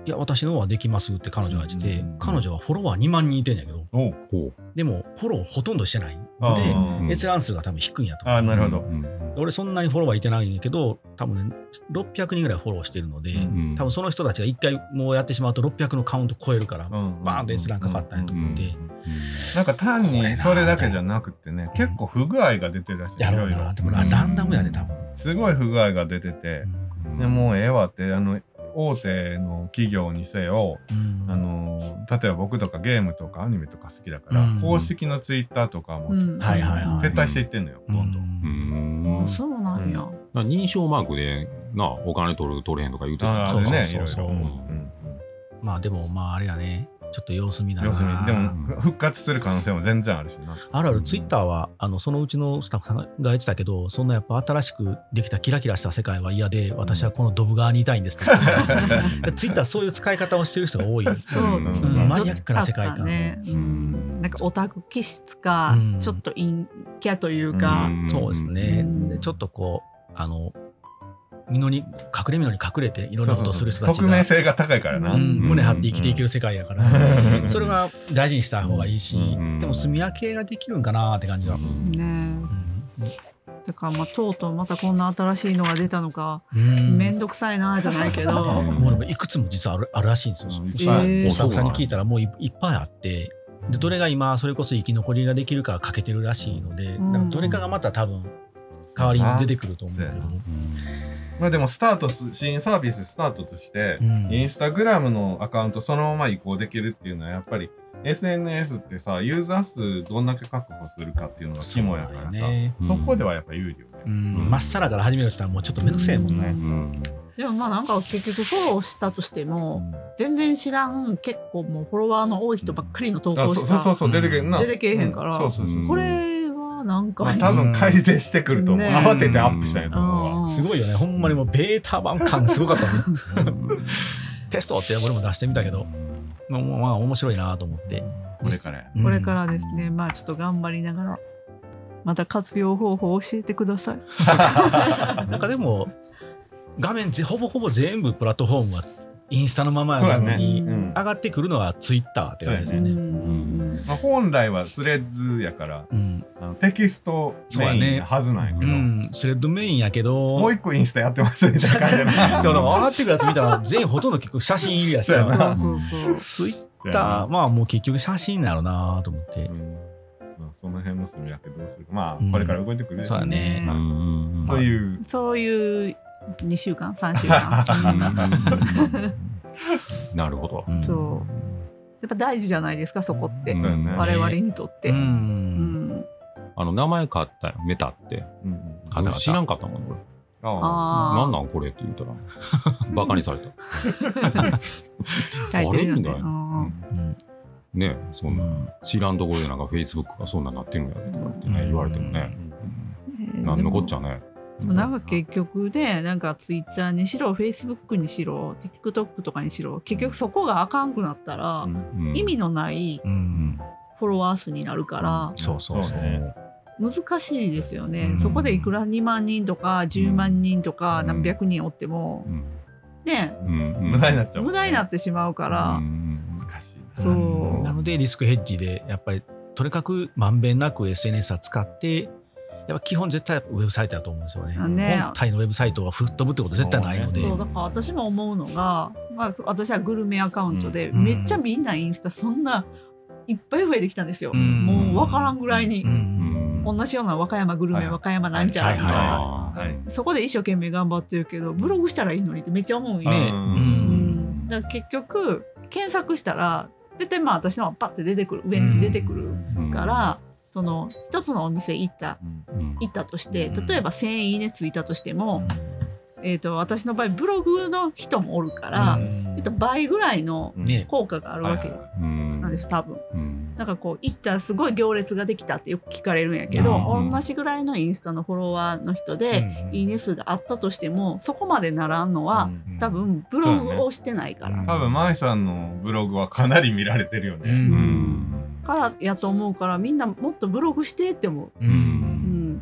いや私の方はできますって彼女が言ってて、 うん彼女はフォロワーにまんにんいてんやけど、 おうほうでもフォローほとんどしてないあのでー閲覧数が多分低いんやとあーなるほど、 うん俺そんなにフォロワーいてないんやけど多分ねろっぴゃくにんぐらいフォローしてるので、 うん多分その人たちが一回もうやってしまうとろっぴゃくのカウント超えるから、 うんバーンと閲覧かかったんやと思って、 うんなんか単にそれだけじゃなくてね、結構不具合が出てるらしい。 やろうな。でもラランダムやで多分。 すごい不具合が出てて、 うんでもうええわってあの大手の企業にせよ、 うんあの例えば僕とかゲームとかアニメとか好きだから、 うん公式のツイッターとかも、 うんはいはいはい撤退していってんのよ、どんどん。 うんあそうなんや。 認証マークでなお金取る取れへんとか言うてたあそうあれね、いろいろ。 そうそうそううんうんまあでもまああれやね、ちょっと様子見ながら。 要するに、でも復活する可能性も全然あるしな。 あるある、ツイッターはあのそのうちのスタッフさんが言ってたけど、そんなやっぱ新しくできたキラキラした世界は嫌で、私はこのドブ側にいたいんですって。ツイッターそういう使い方をしてる人が多い。 そうですうんね。 マニアックな世界観どっちかね。うんなんかオタク気質か、 うんちょっと陰キャというか、 うんそうですね。 うんでちょっとこうあの実に隠れ実に隠れていろんなことをする人たち匿が名性が高いからな。 うん胸張って生きていける世界やから、 うんそれは大事にした方がいいし、 うんでも住み分けができるんかなって感じは。 ねうんだからまあとうとうまたこんな新しいのが出たのか、 うんめんどくさいなじゃないけど、 うんもうでもいくつも実はあるあるらしいんですよ。 うんえースタッフさんに聞いたらもういいっぱいあって、でどれが今それこそ生き残りができるかかけてるらしいので、 うんだからどれかがまた多分代わりに出てくると思うけど、 まあでもスタートす新サービススタートとして、 うんインスタグラムのアカウントそのまま移行できるっていうのはやっぱり エスエヌエス ってさユーザー数どんだけ確保するかっていうのが肝やからさそうだよねそこではやっぱ有利よね。 うんまっさらから始めるとしたらもうちょっとめんどくせえもんね。 うんでもまあなんか結局フォローしたとしても、全然知らん結構もうフォロワーの多い人ばっかりの投あ稿しかそうそうそう出てけんな。 出てけえへんから、 そうそうそう。 うんこれはなんか、 まあ多分改善してくると思う。 ね慌ててアップしたんやと思うわ。 うんすごいよね、ほんまにもうベータ版感すごかったね。テストって俺も出してみたけど、まあまあ面白いなと思って。 これからや。 これからですね、まあちょっと頑張りながらまた活用方法を教えてください。 なんかでも画面ぜほぼほぼ全部プラットフォームはインスタのままやのに、 そうだねうん上がってくるのはツイッターって感じですようんうね。 んまあ本来はスレッズやからうんあのテキストメインなはずなんやけど、 うん、スレッドメインやけど、 もう一個インスタやってますみたいな感じでな。 でもなんか上がってくるやつ見たら全員ほとんど結構写真いるやつそうやなさ。 そうそうツイッターまあもう結局写真なのなと思ってう。んまあ、その辺の住み分けどうするかまうんあこれから動いてくるそうやねねうんというそういうにしゅうかんさんしゅうかんなるほど。 うんそうやっぱ大事じゃないですかそこって、 うんそうやね我々にとって、 ううんんあの名前変わったよ、メタって。 うん変わった知らんかったもん、俺。 ああなんなんこれって言ったら、バカにされた。 あ書いてるよねあれみたいなうんうんねそんな知らんところでなんか Facebook がそんなになってるんやでとかってね、言われてもね。 えーなんのこっちゃね。 でもなんか結局でなんかツイッターにしろフェイスブックにしろ TikTok とかにしろ結局そこがあかんくなったら、 うん意味のないうんフォロワー数になるから、 そうそうそう。 そうね難しいですよね、 うんそこでいくらにまんにんとかじゅうまんにんとかうん何百人おっても、 うんねうんうん無駄になっちゃう無駄になってしまうから、 うん難しいそうなのでリスクヘッジでやっぱりとにかくまんべんなく エスエヌエス は使ってやっぱ基本絶対ウェブサイトだと思うんですよね。 ね本体のウェブサイトは吹っ飛ぶってこと絶対ないので。 そうだから私も思うのが、まあ、私はグルメアカウントで、 うんめっちゃみんなインスタそんないっぱい増えてきたんですよ、 うんもう分からんぐらいに、 うん同じような和歌山グルメ、 はい和歌山なんちゃらみたいな、 はいあはいそこで一生懸命頑張ってるけどブログしたらいいのにってめっちゃ思うんよ、 ねううんん、だから結局検索したら絶対まあ私のはパッて出てくる上に出てくるーから、その一つのお店行ったうん行ったとしてうん例えばせんいいねついたとしても、えー、と私の場合ブログの人もおるから、えっと倍ぐらいのね効果があるわけうんなんです多分。 うんなんかこう行ったらすごい行列ができたってよく聞かれるんやけど、 うん同じぐらいのインスタのフォロワーの人で、いいね数があったとしてもそこまでならんのは、多分ブログをしてないから、 うん多分マイさんのブログはかなり見られてるよね、 うんうんからやと思うからみんなもっとブログしてって思う。 ううんうんん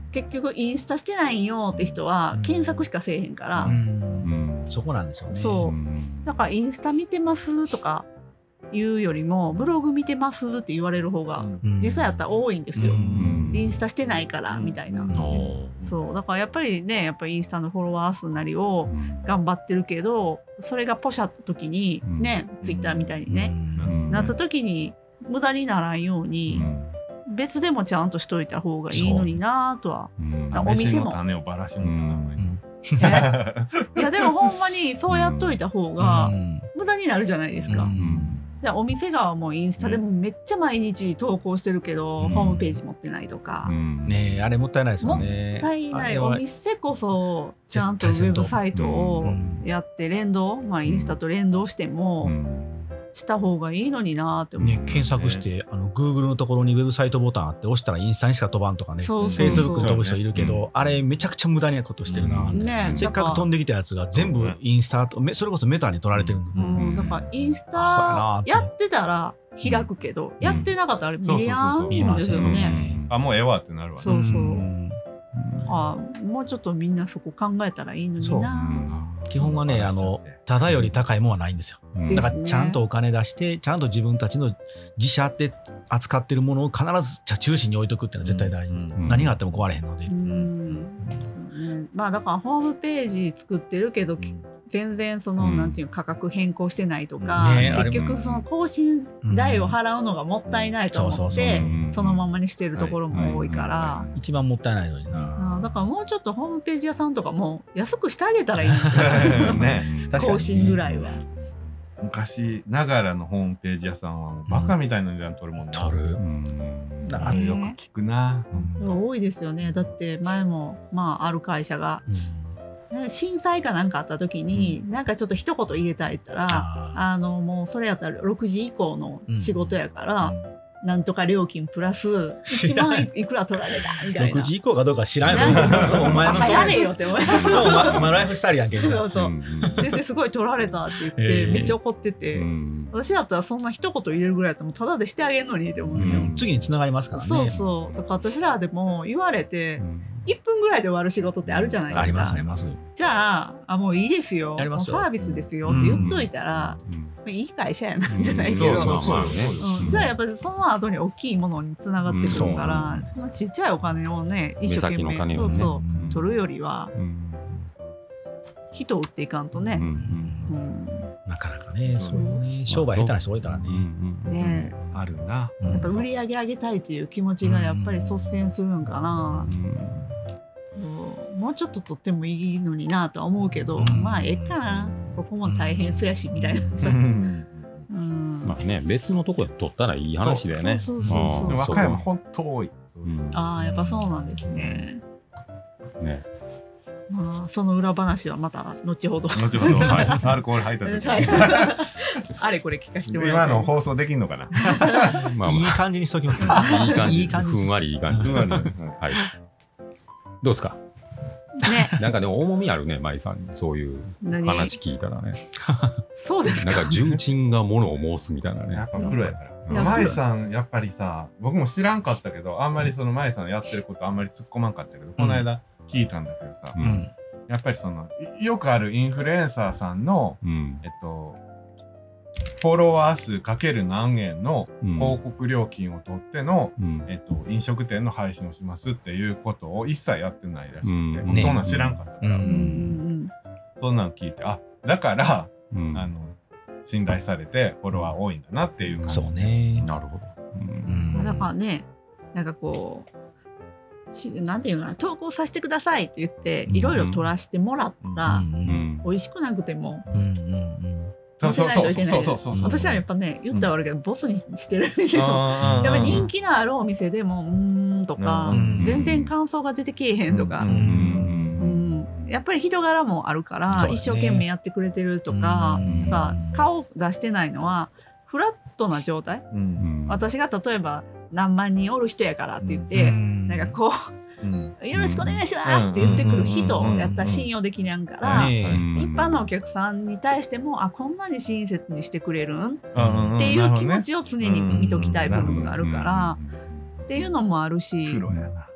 結局インスタしてないんよって人は検索しかせえへんから、 うんうんそこなんでしょうね。 そううんだからインスタ見てますとか言うよりもブログ見てますって言われる方がうん実際やったら多いんですよ、 うんインスタしてないからみたいな、 うんおーそうだからやっぱりねやっぱりインスタのフォロワー数なりをうん頑張ってるけどそれがポシャった時にね、 うんツイッターみたいにね、 うんなった時に無駄にならんように、別でもちゃんとしといた方がいいのになとは。 うんお店も飯の種をばらしもんいやでもほんまにそうやっといた方がうん無駄になるじゃないですか。 うんでお店側もインスタでもめっちゃ毎日投稿してるけど、 うんホームページ持ってないとか、 うんねえあれもったいないですよね。 もったいない。 あれはお店こそちゃんとウェブサイトをうんやって連動、まあインスタと連動してもうんした方がいいのになって思う。 ね、検索してあの Google のところにウェブサイトボタンあって押したらインスタにしか飛ばんとかね、 そうそうそう Facebook 飛ぶ人いるけど、 うんあれめちゃくちゃ無駄なことしてるな、 うんねせっかく飛んできたやつが全部インスタとめそれこそメタに取られてるの、 うん、だからインスアホやなってタやってたら開くけど、やってなかったらあれ見れやんん見えまですよせんよねね。 あもうええわってなるわね。 そうそう、 んあもうちょっとみんなそこ考えたらいいのにな。 基本はねあのただより高いもんはないんですよ。 うんだからちゃんとお金出してちゃんと自分たちの自社で扱ってるものを必ず中心に置いとくっていうのは絶対大事です、 うん何があっても壊れへんので、 うんそうね、まあだからホームページ作ってるけど、き全然その、 うんなんていう価格変更してないとか、 ねあれ結局その更新代を払うのがもったいないと思そうそうってそうそのままにしてるところも多いから、 一番もったいないのにな、 あだからもうちょっとホームページ屋さんとかも安くしてあげたらいいんですよね確かにね更新ぐらいは。 昔ながらのホームページ屋さんはもうバカみたいな値段取るもんね。 取る、 うんだあれよく聞くな。 多いですよね。だって前もまあある会社がね震災かなんかあった時に、なんかちょっと一言入れたいったら、 ああのもうそれやったらろくじ以降の仕事やから、なんとか料金プラスいちまんいくら取られたみたいな。 ろくじ以降かどうか知らんよ。 なんお前のそれやれよって思います。 お前お前ライフスタイルやんけ。 そうそう。 うんでですごい取られたって言って、 えーめっちゃ怒ってて、 うん私だったらそんな一言入れるぐらいだったらもうタダでしてあげるのにって思うよ。 うん次に繋がりますからね。 そうそう。だから私らでも言われていっぷんぐらいで終わる仕事ってあるじゃないですか。 ありますあります。 じゃあ、あもういいですよ。 やりますよもうサービスですよって言っといたら、いい会社やなんじゃないけど、 そうそうそううんじゃあやっぱりその後に大きいものにつながってくるから、 うんそのちっちゃいお金をね一生懸目先命、 の金をねそうそう、 うん取るよりはうん人を売っていかんとね。 うんうんなかなかね、そういうね、商売下手な人多いからね。 ねあるな。 うんやっぱ売り上げ上げたいっていう気持ちがやっぱり率先するんかな、そうもうちょっと取ってもいいのになとは思うけど、 うんまあええかな、ここも大変そうやしみたいな、 うんうんまあね、別のとこで取ったらいい話だよね。 そうそうそうそううん和歌山ほんと多い。 うんああやっぱそうなんですね。 ねまあその裏話はまた後ほど。 後ほど、はい、アルコール入った時はいあれこれ聞かせてもらいたい。 今の放送できんのかな。 まあいい感じにしときます。 まあ、いい感じ。 いい感じふんわりいい感じ。 ふんわりはい。どうですかね、 なんかでも重みあるね、舞さんに。そういう何話聞いたらね。 そうですか。 なんか重鎮がものを申すみたいなね。 やっぱプロやから。 いや舞さん、やっぱりさ、僕も知らんかったけど、あんまりその舞さんやってることあんまり突っ込まんかったけど、この間聞いたんだけどさ、 ううんん。 やっぱりその、いよくあるインフルエンサーさんの、 うんえっと、フォロワー数かける何円のうん広告料金を取っての、 うんえっと、飲食店の配信をしますっていうことを一切やってないらしくて、 うん僕そんなん知らんかったから、 うんうんうんそんなん聞いて、あ、だから、 うんあの、信頼されてフォロワー多いんだなっていう感じ。 そうね。 なるほど。ううんんまあだからね、なんかこうしなんていうのかな、投稿させてくださいって言っていろいろ取らせてもらったら、 うんうん美味しくなくてもうんうんそう載せないといけない。 そうそうそうそう私らやっぱね言ったら悪いけど、ボツにしてるんですよ。 あーやっぱり人気のあるお店でもうーんとか、 うん全然感想が出てけえへんとか、 うんうんうんやっぱり人柄もあるから、 そうだね一生懸命やってくれてるとか、 うんとか顔出してないのはフラットな状態、 ううんん私が例えば何万人おる人やからって言っうて、 ん。 なんかこうんう「よろしくお願いします」って言ってくる人やったら信用できなんから、 ねえ一般のお客さんに対してもあこんなに親切にしてくれるんうんっていう気持なるちを常に見ときたい部分があるから、っていうのもあるしほどねプロやな。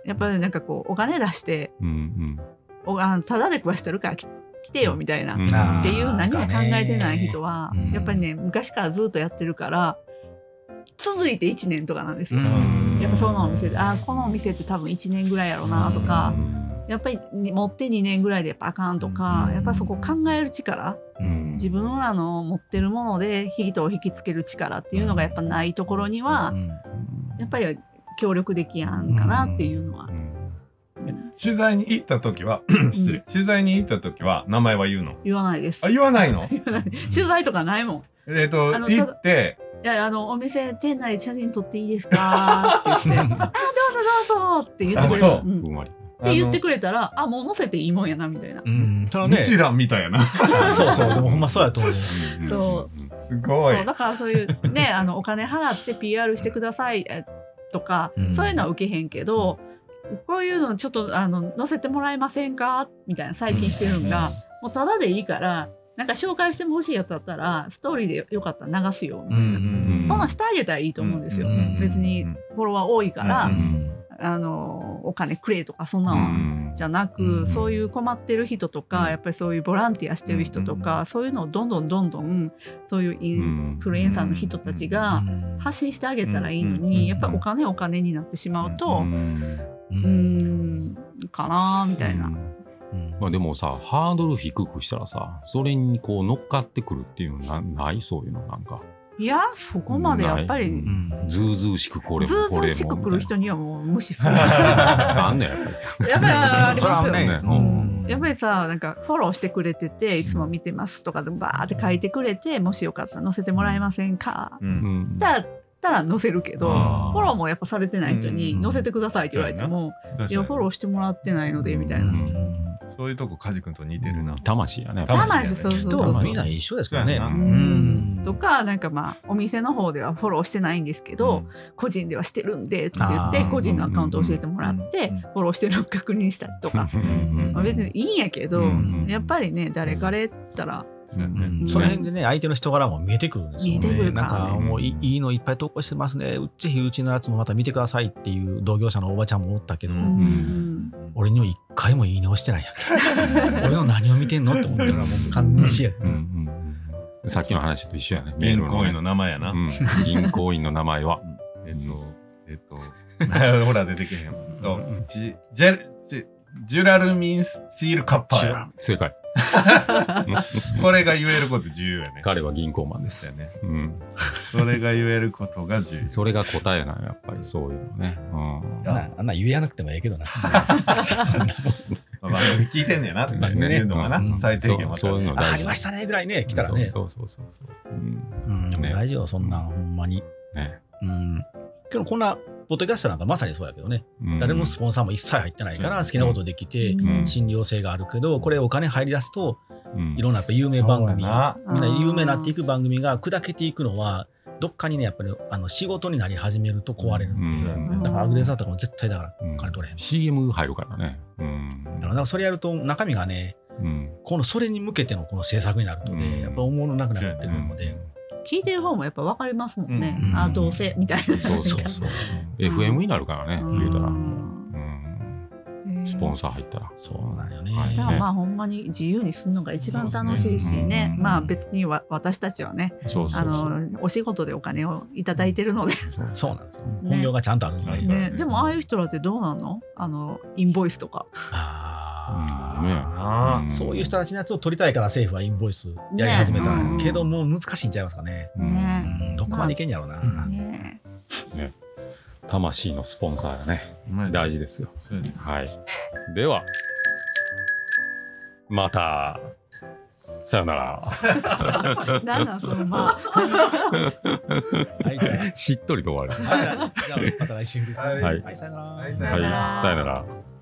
やっぱりなんかこうお金出してうんおあただで食わしてるから来来てよみたいな、 うんっていう何も考えてない人は、 うんやっぱりね昔からずっとやってるから続いていちねんとかなんですよ、 うんやっぱそのお店であこのお店って多分いちねんぐらいやろうなとか、やっぱり持ってにねんぐらいでやっぱあかんとか、やっぱそこ考える力、 うん自分らの持ってるもので人を引きつける力っていうのがやっぱないところには、 うんやっぱり協力できやんかなっていうのは、 取材に行った時は失礼取材に行った時は名前は言うの？ 言わないですあ言わないの？ 言わない取材とかないもん。 えっとあの行っていやあのお店店内で写真撮っていいですかって言ってあどうぞどうぞって言ってくれる、 あそううんふんわりって言ってくれたらあもう載せていいもんやなみたいな、 うんただねミシュランみたいやな。 そうそうでもほんまそうやと思うそすごいそう。だからそういうねあのお金払って ピーアール してくださいえとか、 うんそういうのは受けへんけど、こういうのちょっとあの載せてもらえませんかみたいな最近してるんが、もうただでいいからなんか紹介しても欲しいやつだったらストーリーでよかったら流すよみたいな、 んそんなんしてあげたらいいと思うんですよ、 うん別にフォロワー多いから、 うんあのお金くれとかそんなのはうんじゃなく、 うんそういう困ってる人とか、やっぱりそういうボランティアしてる人とか、そういうのをどんどんどんどんそういうインフルエンサーの人たちが発信してあげたらいいのに、 うんやっぱりお金お金になってしまうと、 ううんーんかなみたいな。 うんまあでもさハードル低くしたらさそれにこう乗っかってくるっていうのなないそういうのなんかいやそこまでやっぱうりんずうずうしくこれずうもこれもずうしく来る人にはもう無視する。 みたいやなあんねんやっぱりっぱりありそれますよね。 はねううんやっぱりさなんかフォローしてくれてていつも見てますとかでバーって書いてくれてもしよかったら載せてもらえませんか、 ううんんだったら載せるけどあーフォローもやっぱされてない人にうん載せてくださいって言われても、いやフォローしてもらってないのでみたいな、 うんそういうとこカジ君と似てるな。 魂やね魂そうそう人そうそうはみんな一緒ですからねそうやなうんとかなんかまあお店の方ではフォローしてないんですけど、個人ではしてるんでって言ってあー個人のアカウント教えてもらってうんフォローしてるのを確認したりとか、 うんまあ、別にいいんやけど、 うんやっぱりね誰かれったらそうやねうんその辺でね相手の人柄も見えてくるんですよね。 見えてくるなんからねかもういいいのいっぱい投稿してますね。うぜひうちのやつもまた見てくださいっていう同業者のおばちゃんもおったけど、 ううん俺には一回もいいね押してないやんけ。俺の何を見てんのって思ってるのはもう完全に視野。 うんうんうんさっきの話と一緒やねメールのね銀行員の名前やな。 うん銀行員の名前はえっと、えっと、ほら出てけへんわ。とジジェジジュラルミンスチールカッパーや。 正解これが言えること重要やね。 彼は銀行マンでそうすやね。 うんそれが言えることが重要。 それが答えなんややっぱりそういうのねうんあんなあんな言えなくてもええけどな。 まあ番組聞いてんねやなってまあねいうのがな、 うん最低限わかるそうそういうのあありましたねぐらいね来たらね。 そうそうそうそううんうんでもね大事よそんなんほんまに。 ねうん。けどこんなポッドキャストなんかまさにそうやけどね。 うん誰もスポンサーも一切入ってないから好きなことできてうん信用性があるけどこれお金入り出すとうんいろんなやっぱ有名番組そうやみんな有名になっていく番組が砕けていくのはどっかにねやっぱりあの仕事になり始めると壊れるんで、 うんだからアグレザーとかも絶対だからうん金取れへん、 シーエム 入るからねうんだからそれやると中身がねうんこのそれに向けてのこの制作になるとね、 うんやっぱ思わなくなってくるので、 聞いてる方もやっぱ分かりますもんね、 うんあどうせみたいなそうそうそう エフエム になるからね言うたらうんうんスポンサー入ったらそうなんよね、 はいだからまあほんまに自由にするのが一番楽しいしね、 うんまあ別にわ私たちはねそうそうそうあのお仕事でお金をいただいてるので、 そうそうなんですよ、 ね本業がちゃんとあるので、 はいね、でもああいう人らってどうなのあのインボイスとかあーうんねあうんそういう人たちのやつを取りたいから政府はインボイスやり始めたんやけど、もう難しいんちゃいますかね、 うんねうん、どこまでいけんやろうな、 うんね魂のスポンサーやねまあ大事ですよそうやねはいではまたさよならなんなんそのまあはいじゃしっとりと終わるあはいじゃあまた来週ですねはいはいさよならはいはいさよなら